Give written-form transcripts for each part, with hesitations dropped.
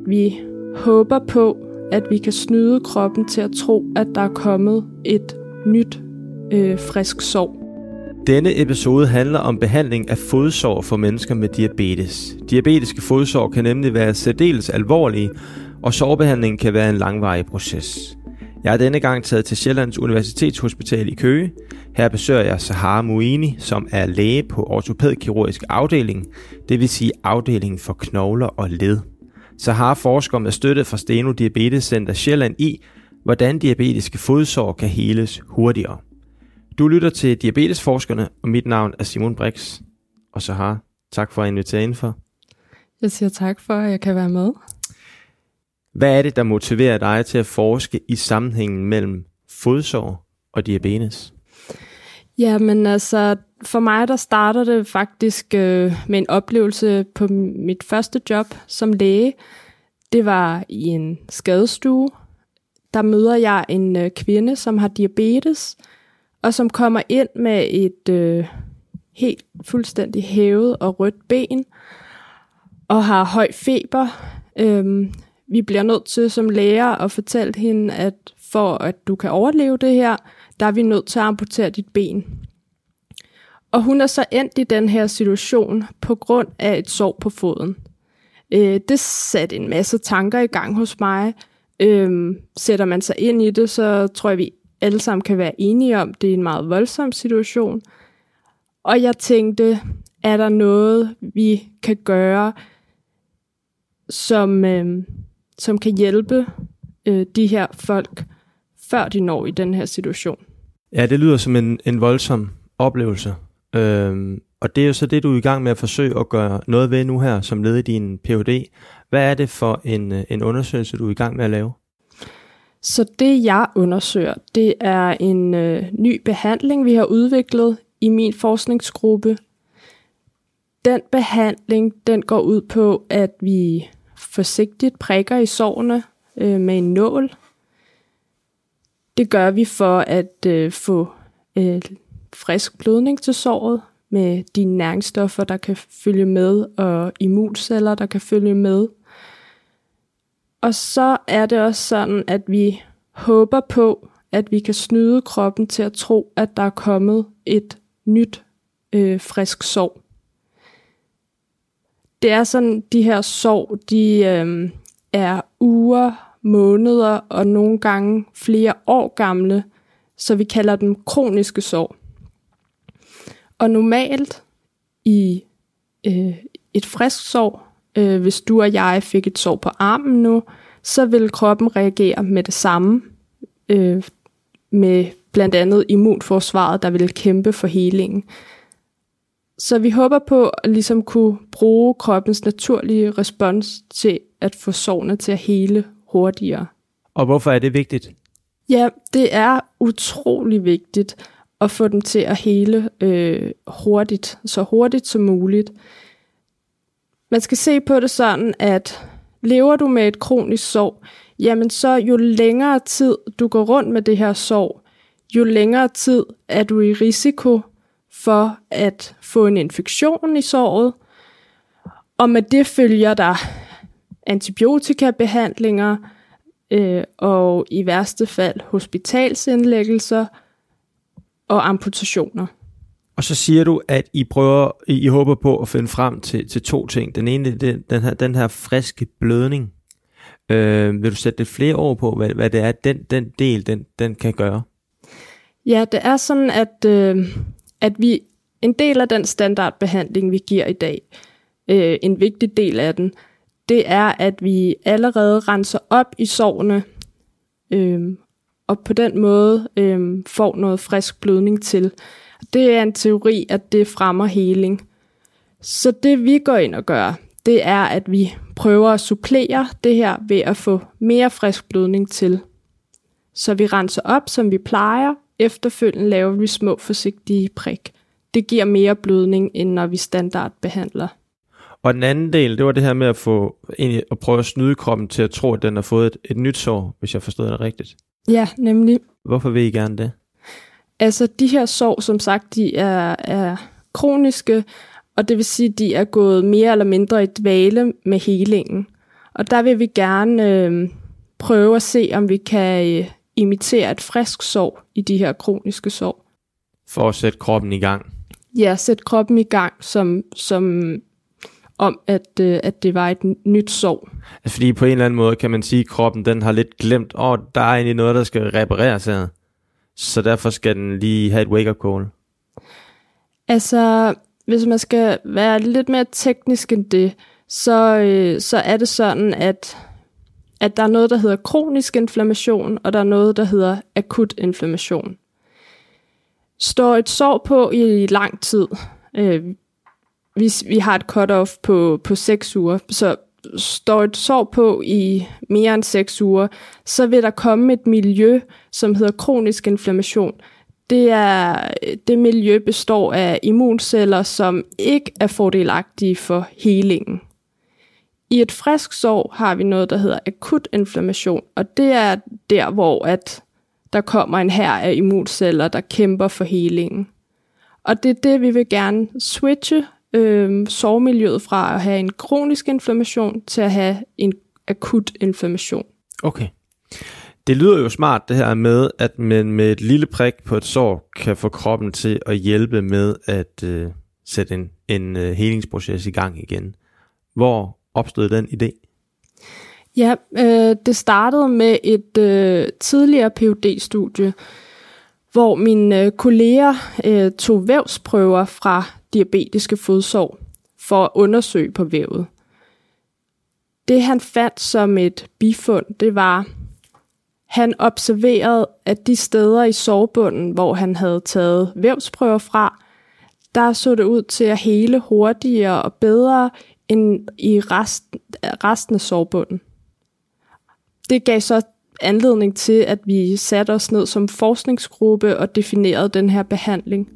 vi håber på, at vi kan snyde kroppen til at tro, at der er kommet et nyt frisk sår. Denne episode handler om behandling af fodsår for mennesker med diabetes. Diabetiske fodsår kan nemlig være særdeles alvorlige, og sårbehandling kan være en langvarig proces. Jeg har denne gang taget til Sjællands Universitetshospital i Køge. Her besøger jeg Sahara Mouini, som er læge på ortopædkirurgisk afdeling, det vil sige afdelingen for knogler og led. Sahara forsker med støtte fra Steno Diabetes Center Sjælland i, hvordan diabetiske fodsår kan heles hurtigere. Du lytter til Diabetesforskerne, og mit navn er Simon Brix. Og Sahara, tak for at invitere indenfor. Jeg siger tak for, at jeg kan være med. Hvad er det, der motiverer dig til at forske i sammenhængen mellem fodsår og diabetes? Jamen altså, for mig der starter det faktisk med en oplevelse på mit første job som læge. Det var i en skadestue. Der møder jeg en kvinde, som har diabetes, og som kommer ind med et helt fuldstændig hævet og rødt ben, og har høj feber. Vi bliver nødt til som læger at fortælle hende, at for at du kan overleve det her, der er vi nødt til at amputere dit ben. Og hun er så endt i den her situation på grund af et sår på foden. Det satte en masse tanker i gang hos mig. Sætter man sig ind i det, så tror jeg, vi alle sammen kan være enige om, det er en meget voldsom situation. Og jeg tænkte, er der noget, vi kan gøre, som kan hjælpe de her folk, før de når i den her situation? Ja, det lyder som en voldsom oplevelse. Og det er jo så det, du er i gang med at forsøge at gøre noget ved nu her, som led i din Ph.D. Hvad er det for en undersøgelse, du er i gang med at lave? Så det, jeg undersøger, det er en ny behandling, vi har udviklet i min forskningsgruppe. Den behandling, den går ud på, at vi forsigtigt prikker i sårene med en nål. Det gør vi for at få frisk blødning til såret med de næringsstoffer, der kan følge med, og immunceller, der kan følge med. Og så er det også sådan, at vi håber på, at vi kan snyde kroppen til at tro, at der er kommet et nyt frisk sår. Det er sådan, de her sår, de er uger, måneder og nogle gange flere år gamle, så vi kalder dem kroniske sår. Og normalt i et frisk sår, hvis du og jeg fik et sår på armen nu, så vil kroppen reagere med det samme, med blandt andet immunforsvaret, der vil kæmpe for helingen. Så vi håber på at ligesom kunne bruge kroppens naturlige respons til at få sårene til at hele hurtigere. Og hvorfor er det vigtigt? Ja, det er utrolig vigtigt at få dem til at hele hurtigt, så hurtigt som muligt. Man skal se på det sådan, at lever du med et kronisk sår, jamen så jo længere tid du går rundt med det her sår, jo længere tid er du i risiko for at få en infektion i såret, og med det følger der antibiotikabehandlinger og i værste fald hospitalsindlæggelser og amputationer. Og så siger du, at I håber på at finde frem til to ting. Den ene er den her friske blødning. Vil du sætte lidt flere ord på, hvad det er, den del den kan gøre? Ja, det er sådan, at vi en del af den standardbehandling, vi giver i dag, en vigtig del af den, det er, at vi allerede renser op i sårene, og på den måde får noget frisk blødning til. Det er en teori, at det fremmer heling. Så det vi går ind og gør, det er, at vi prøver at supplere det her ved at få mere frisk blødning til. Så vi renser op, som vi plejer. Efterfølgende laver vi små forsigtige prik. Det giver mere blødning, end når vi standardbehandler. Og den anden del, det var det her med at prøve at snyde kroppen til at tro, at den har fået et nyt sår, hvis jeg forstod det rigtigt. Ja, nemlig. Hvorfor vil I gerne det? Altså, de her sår, som sagt, de er kroniske, og det vil sige, at de er gået mere eller mindre i dvale med helingen. Og der vil vi gerne prøve at se, om vi kan imitere et frisk sår i de her kroniske sår. For at sætte kroppen i gang? Ja, sætte kroppen i gang, som om at det var et nyt sår. Altså fordi på en eller anden måde kan man sige, at kroppen den har lidt glemt, der er egentlig noget, der skal repareres her. Så derfor skal den lige have et wake-up call. Altså, hvis man skal være lidt mere teknisk end det, så er det sådan, at der er noget, der hedder kronisk inflammation, og der er noget, der hedder akut inflammation. Står et sår på i lang tid, hvis vi har et cut-off på 6 uger, så står et sår på i mere end 6 uger, så vil der komme et miljø, som hedder kronisk inflammation. Det miljø består af immunceller, som ikke er fordelagtige for helingen. I et frisk sår har vi noget, der hedder akut inflammation, og det er der, hvor at der kommer en hær af immunceller, der kæmper for helingen. Og det er det, vi vil gerne switche sårmiljøet fra at have en kronisk inflammation til at have en akut inflammation. Okay. Det lyder jo smart det her med, at man med et lille prik på et sår kan få kroppen til at hjælpe med at sætte en helingsproces i gang igen. Hvor opstod den idé? Ja, det startede med et tidligere PhD-studie, hvor mine kolleger tog vævsprøver fra diabetiske fodsår for at undersøge på vævet. Det han fandt som et bifund, det var, han observerede, at de steder i sårbunden, hvor han havde taget vævsprøver fra, der så det ud til at hele hurtigere og bedre end i resten af sårbunden. Det gav så anledning til, at vi satte os ned som forskningsgruppe og definerede den her behandling.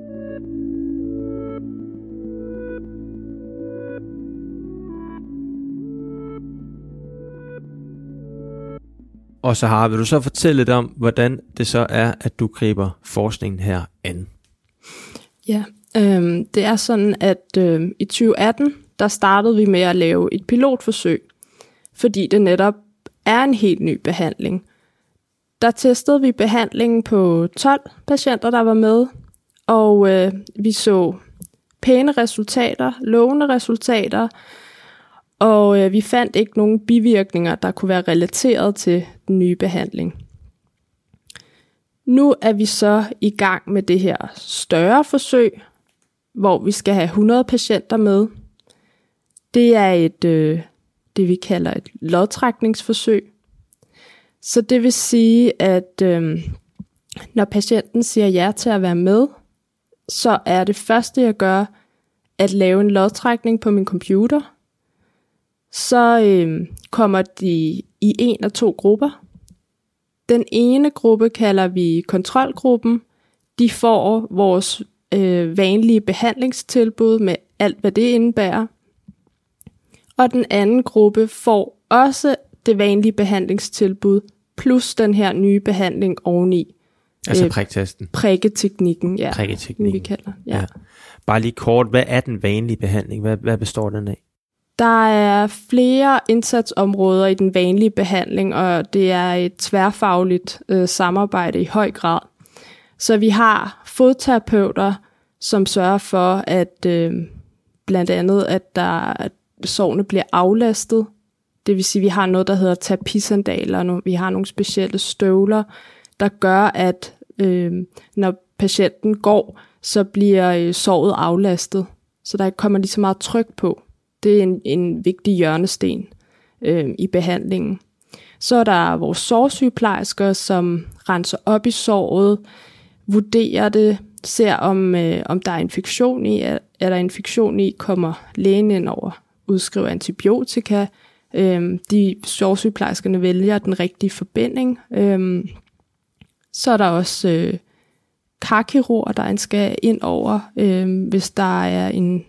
Og så vil du så fortælle lidt om, hvordan det så er, at du griber forskningen her an? Ja, det er sådan, at i 2018, der startede vi med at lave et pilotforsøg, fordi det netop er en helt ny behandling. Der testede vi behandlingen på 12 patienter, der var med, og vi så pæne resultater, lovende resultater, og vi fandt ikke nogen bivirkninger, der kunne være relateret til den nye behandling. Nu er vi så i gang med det her større forsøg, hvor vi skal have 100 patienter med. Det er det vi kalder et lodtrækningsforsøg. Så det vil sige, at når patienten siger ja til at være med, så er det første, jeg gør, at lave en lodtrækning på min computer. Så kommer de i 1 af 2 grupper. Den ene gruppe kalder vi kontrolgruppen. De får vores vanlige behandlingstilbud med alt, hvad det indebærer. Og den anden gruppe får også det vanlige behandlingstilbud, plus den her nye behandling oveni. Altså priktesten. Prikketeknikken, ja. Prikketeknikken. Vi kalder, ja. Bare lige kort, hvad er den vanlige behandling? Hvad består den af? Der er flere indsatsområder i den vanlige behandling, og det er et tværfagligt samarbejde i høj grad. Så vi har fodterapeuter, som sørger for, at blandt andet, at sårene bliver aflastet. Det vil sige, at vi har noget, der hedder terapisandaler. Vi har nogle specielle støvler, der gør, at når patienten går, så bliver såret aflastet. Så der kommer lige så meget tryk på. Det er en vigtig hjørnesten i behandlingen. Så er der vores sårsygeplejersker, som renser op i såret, vurderer det, ser om der er infektion i. Er der infektion i, kommer lægen ind over, udskriver antibiotika. De sårsygeplejerskerne vælger den rigtige forbinding. Så er der også karkirurger, der skal ind over, hvis der er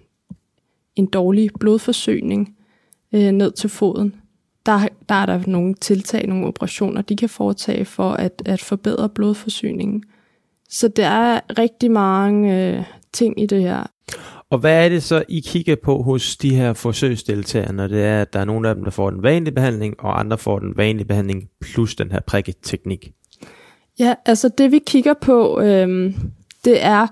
en dårlig blodforsyning ned til foden. Der er der nogle tiltag, nogle operationer, de kan foretage for at forbedre blodforsyningen. Så der er rigtig mange ting i det her. Og hvad er det så, I kigger på hos de her forsøgsdeltagere, når det er, at der er nogle af dem, der får den vanlige behandling, og andre får den vanlige behandling plus den her prikketeknik? Ja, altså det vi kigger på, det er,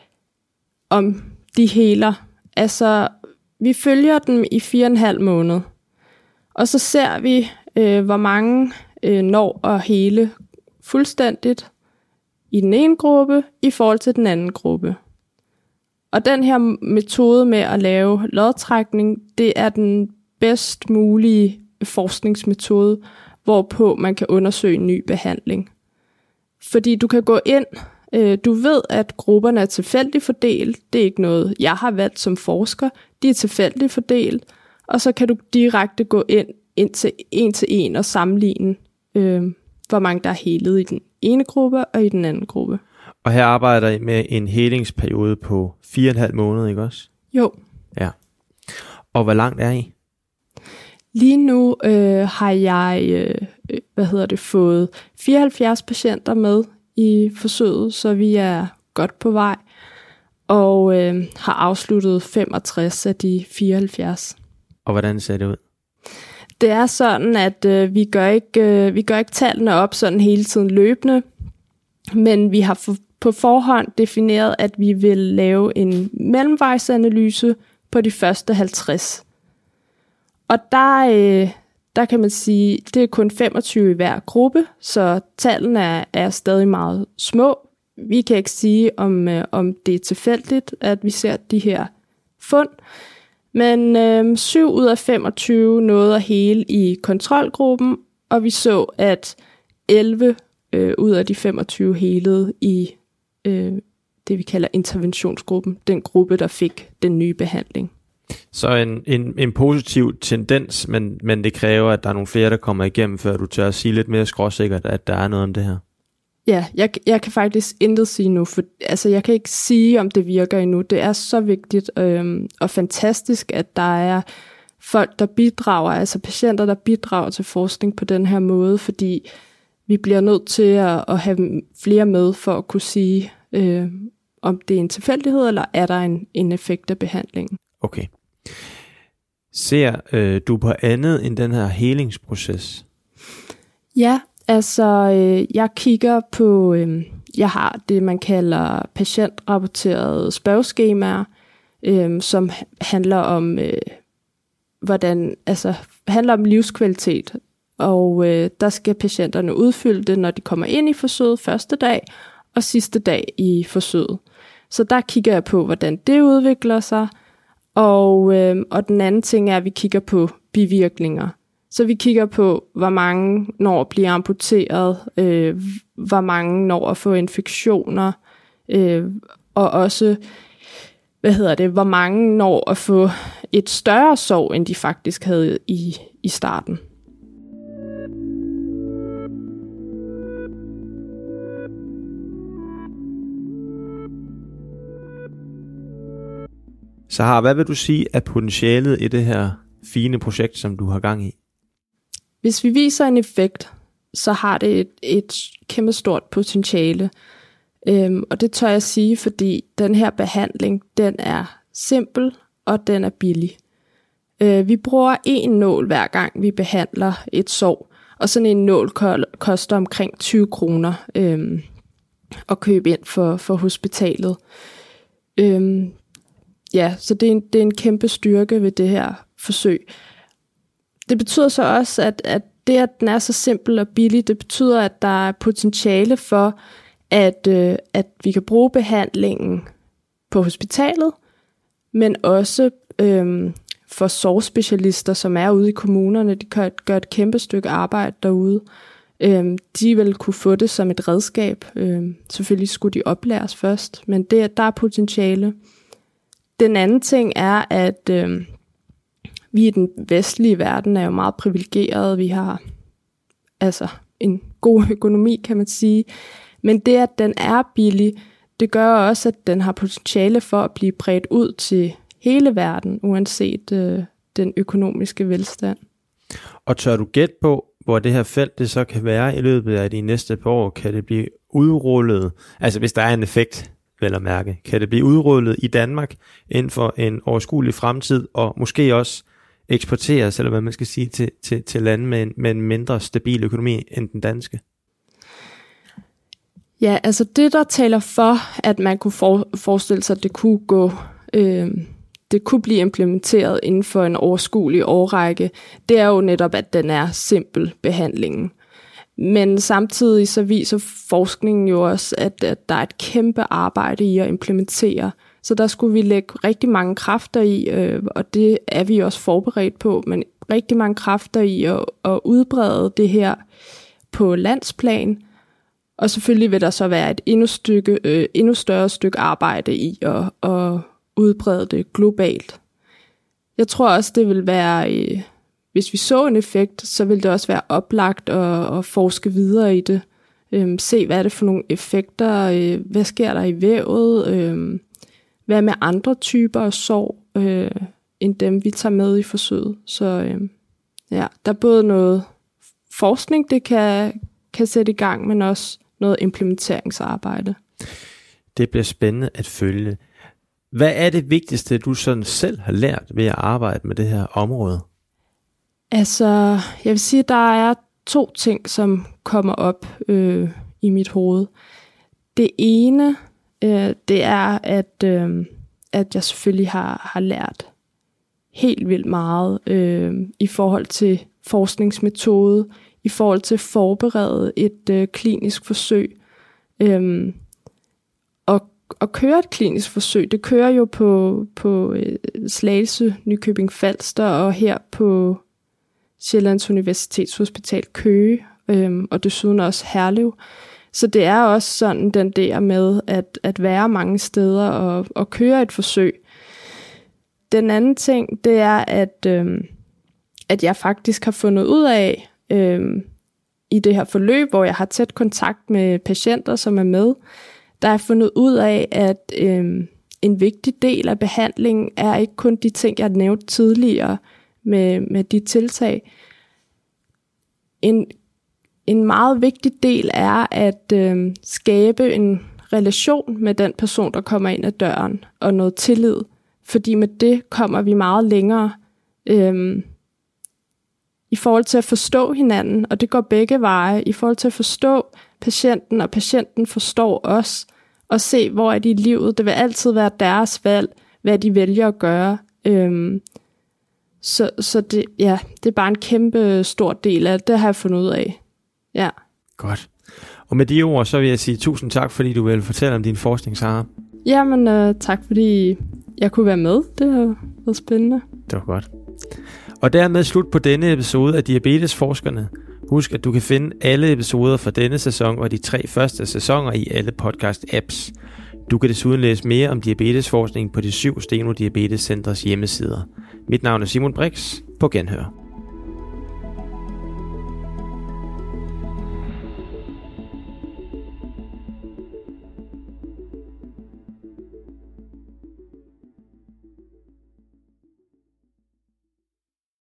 om de heler. Altså, vi følger dem i 4,5 måned, og så ser vi, hvor mange når at hele fuldstændigt i den ene gruppe i forhold til den anden gruppe. Og den her metode med at lave lodtrækning, det er den bedst mulige forskningsmetode, hvorpå man kan undersøge en ny behandling. Fordi du kan gå ind, du ved, at grupperne er tilfældigt fordelt. Det er ikke noget, jeg har valgt som forsker. De er tilfældigt fordelt, og så kan du direkte gå ind til en og sammenligne, hvor mange der er helet i den ene gruppe og i den anden gruppe. Og her arbejder I med en helingsperiode på 4,5 måneder, ikke også? Jo. Ja. Og hvor langt er I? Lige nu har jeg fået 74 patienter med i forsøget, så vi er godt på vej, og har afsluttet 65 af de 74. Og hvordan ser det ud? Det er sådan, at vi gør ikke tallene op sådan hele tiden løbende, men vi har på forhånd defineret, at vi vil lave en mellemvejsanalyse på de første 50. Og der kan man sige, det er kun 25 i hver gruppe, så tallene er stadig meget små. Vi kan ikke sige, om det er tilfældigt, at vi ser de her fund. Men 7 ud af 25 nåede at hele i kontrolgruppen, og vi så, at 11 ud af de 25 helede i det, vi kalder interventionsgruppen, den gruppe, der fik den nye behandling. Så en positiv tendens, men det kræver, at der er nogle flere, der kommer igennem, før du tør at sige lidt mere skråsikkert, at der er noget om det her. Ja, jeg kan faktisk intet sige nu, for altså, jeg kan ikke sige, om det virker endnu. Det er så vigtigt og fantastisk, at der er folk, der bidrager, altså patienter, der bidrager til forskning på den her måde, fordi vi bliver nødt til at have flere med for at kunne sige, om det er en tilfældighed, eller er der en effekt af behandlingen. Okay. Ser du på andet end den her helingsproces? Ja, altså jeg kigger på, jeg har det, man kalder patientrapporterede spørgeskemaer, som handler om, handler om livskvalitet. Og der skal patienterne udfylde det, når de kommer ind i forsøget første dag og sidste dag i forsøget. Så der kigger jeg på, hvordan det udvikler sig. Og den anden ting er, at vi kigger på bivirkninger. Så vi kigger på, hvor mange når at blive amputeret, hvor mange når at få infektioner, og også, hvor mange når at få et større sår, end de faktisk havde i starten. Sahar, hvad vil du sige er potentialet i det her fine projekt, som du har gang i? Hvis vi viser en effekt, så har det et kæmpe stort potentiale. Og det tør jeg sige, fordi den her behandling, den er simpel, og den er billig. Vi bruger 1 nål hver gang, vi behandler et sår. Og sådan en nål koster omkring 20 kroner at købe ind for hospitalet. Ja, så det er en kæmpe styrke ved det her forsøg. Det betyder så også, at det, at den er så simpel og billig, det betyder, at der er potentiale for, at vi kan bruge behandlingen på hospitalet, men også for sårspecialister, som er ude i kommunerne. De kan gøre et kæmpe stykke arbejde derude. De vil kunne få det som et redskab. Selvfølgelig skulle de oplæres først, men der er potentiale. Den anden ting er, at vi i den vestlige verden er jo meget privilegerede. Vi har altså en god økonomi, kan man sige. Men det, at den er billig, det gør også, at den har potentiale for at blive bredt ud til hele verden, uanset den økonomiske velstand. Og tør du gætte på, hvor det her felt det så kan være i løbet af de næste par år? Kan det blive udrullet? Altså hvis der er en effekt, vel at mærke? Kan det blive udrullet i Danmark inden for en overskuelig fremtid, og måske også eksporteres, eller hvad man skal sige, til lande med en mindre stabil økonomi end den danske? Ja, altså det, der taler for, at man kunne forestille sig, at det kunne blive implementeret inden for en overskuelig årrække, det er jo netop, at den er simpel behandlingen. Men samtidig så viser forskningen jo også, at der er et kæmpe arbejde i at implementere. Så der skulle vi lægge rigtig mange kræfter i, og det er vi også forberedt på, men rigtig mange kræfter i at udbrede det her på landsplan. Og selvfølgelig vil der så være et endnu større stykke arbejde i at udbrede det globalt. Jeg tror også, det vil være, hvis vi så en effekt, så vil det også være oplagt at forske videre i det. Se, hvad er det for nogle effekter, hvad sker der i vævet, hvad med andre typer af sår, end dem vi tager med i forsøget. Så ja, der er både noget forskning, det kan sætte i gang, men også noget implementeringsarbejde. Det bliver spændende at følge. Hvad er det vigtigste, du sådan selv har lært ved at arbejde med det her område? Altså, jeg vil sige, at der er 2 ting, som kommer op i mit hoved. Det ene, det er, at jeg selvfølgelig har lært helt vildt meget i forhold til forskningsmetode, i forhold til at forberede et klinisk forsøg. Og køre et klinisk forsøg, det kører jo på Slagelse, Nykøbing Falster og her på Sjællands Universitetshospital Køge, og desuden også Herlev. Så det er også sådan den der med at være mange steder og køre et forsøg. Den anden ting, det er, at jeg faktisk har fundet ud af i det her forløb, hvor jeg har tæt kontakt med patienter, som er med, der er fundet ud af, at en vigtig del af behandlingen er ikke kun de ting, jeg nævnte tidligere med de tiltag. En meget vigtig del er at skabe en relation med den person, der kommer ind ad døren, og noget tillid. Fordi med det kommer vi meget længere i forhold til at forstå hinanden, og det går begge veje, i forhold til at forstå patienten, og patienten forstår os, og se, hvor er de i livet. Det vil altid være deres valg, hvad de vælger at gøre. Så det, ja, det er bare en kæmpe stor del af det, det har jeg fundet ud af. Ja. Godt. Og med de ord, så vil jeg sige tusind tak, fordi du vil fortælle om din forskning, Sara. Jamen, tak fordi jeg kunne være med. Det har været spændende. Det var godt. Og dermed slut på denne episode af Diabetesforskerne. Husk, at du kan finde alle episoder fra denne sæson og de 3 første sæsoner i alle podcast-apps. Du kan desuden læse mere om diabetesforskning på de 7 Steno Diabetes Centers hjemmesider. Mit navn er Simon Brix. På genhør.